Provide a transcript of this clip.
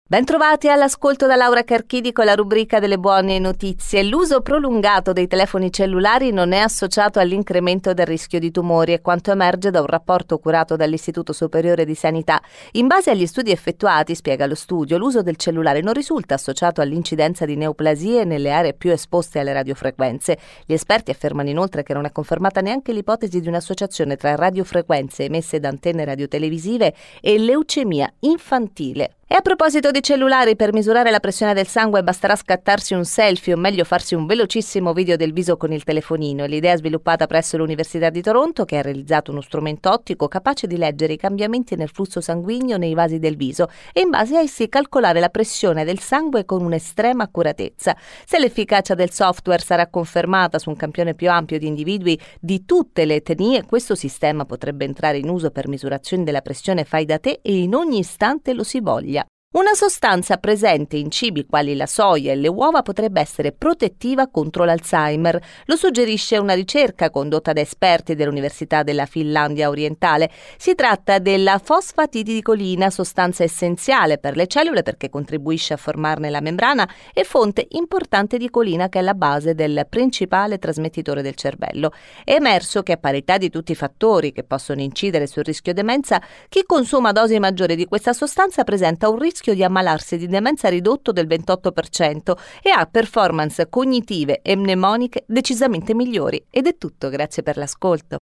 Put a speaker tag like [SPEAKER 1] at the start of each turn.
[SPEAKER 1] Bentrovati all'ascolto da Laura Carchidi con la rubrica delle buone notizie. L'uso prolungato dei telefoni cellulari non è associato all'incremento del rischio di tumori, è quanto emerge da un rapporto curato dall'Istituto Superiore di Sanità. In base agli studi effettuati, spiega lo studio, l'uso del cellulare non risulta associato all'incidenza di neoplasie nelle aree più esposte alle radiofrequenze. Gli esperti affermano inoltre che non è confermata neanche l'ipotesi di un'associazione tra radiofrequenze emesse da antenne radiotelevisive e leucemia infantile. E a proposito di cellulari, per misurare la pressione del sangue basterà scattarsi un selfie o meglio farsi un velocissimo video del viso con il telefonino. L'idea è sviluppata presso l'Università di Toronto, che ha realizzato uno strumento ottico capace di leggere i cambiamenti nel flusso sanguigno nei vasi del viso e in base a essi calcolare la pressione del sangue con un'estrema accuratezza. Se l'efficacia del software sarà confermata su un campione più ampio di individui di tutte le etnie, questo sistema potrebbe entrare in uso per misurazioni della pressione fai da te e in ogni istante lo si voglia. Una sostanza presente in cibi quali la soia e le uova potrebbe essere protettiva contro l'Alzheimer. Lo suggerisce una ricerca condotta da esperti dell'Università della Finlandia orientale. Si tratta della fosfatidilcolina, sostanza essenziale per le cellule perché contribuisce a formarne la membrana e fonte importante di colina che è la base del principale trasmettitore del cervello. È emerso che a parità di tutti i fattori che possono incidere sul rischio demenza, chi consuma dosi maggiori di questa sostanza presenta un rischio di ammalarsi di demenza ridotto del 28% e ha performance cognitive e mnemoniche decisamente migliori. Ed è tutto, grazie per l'ascolto.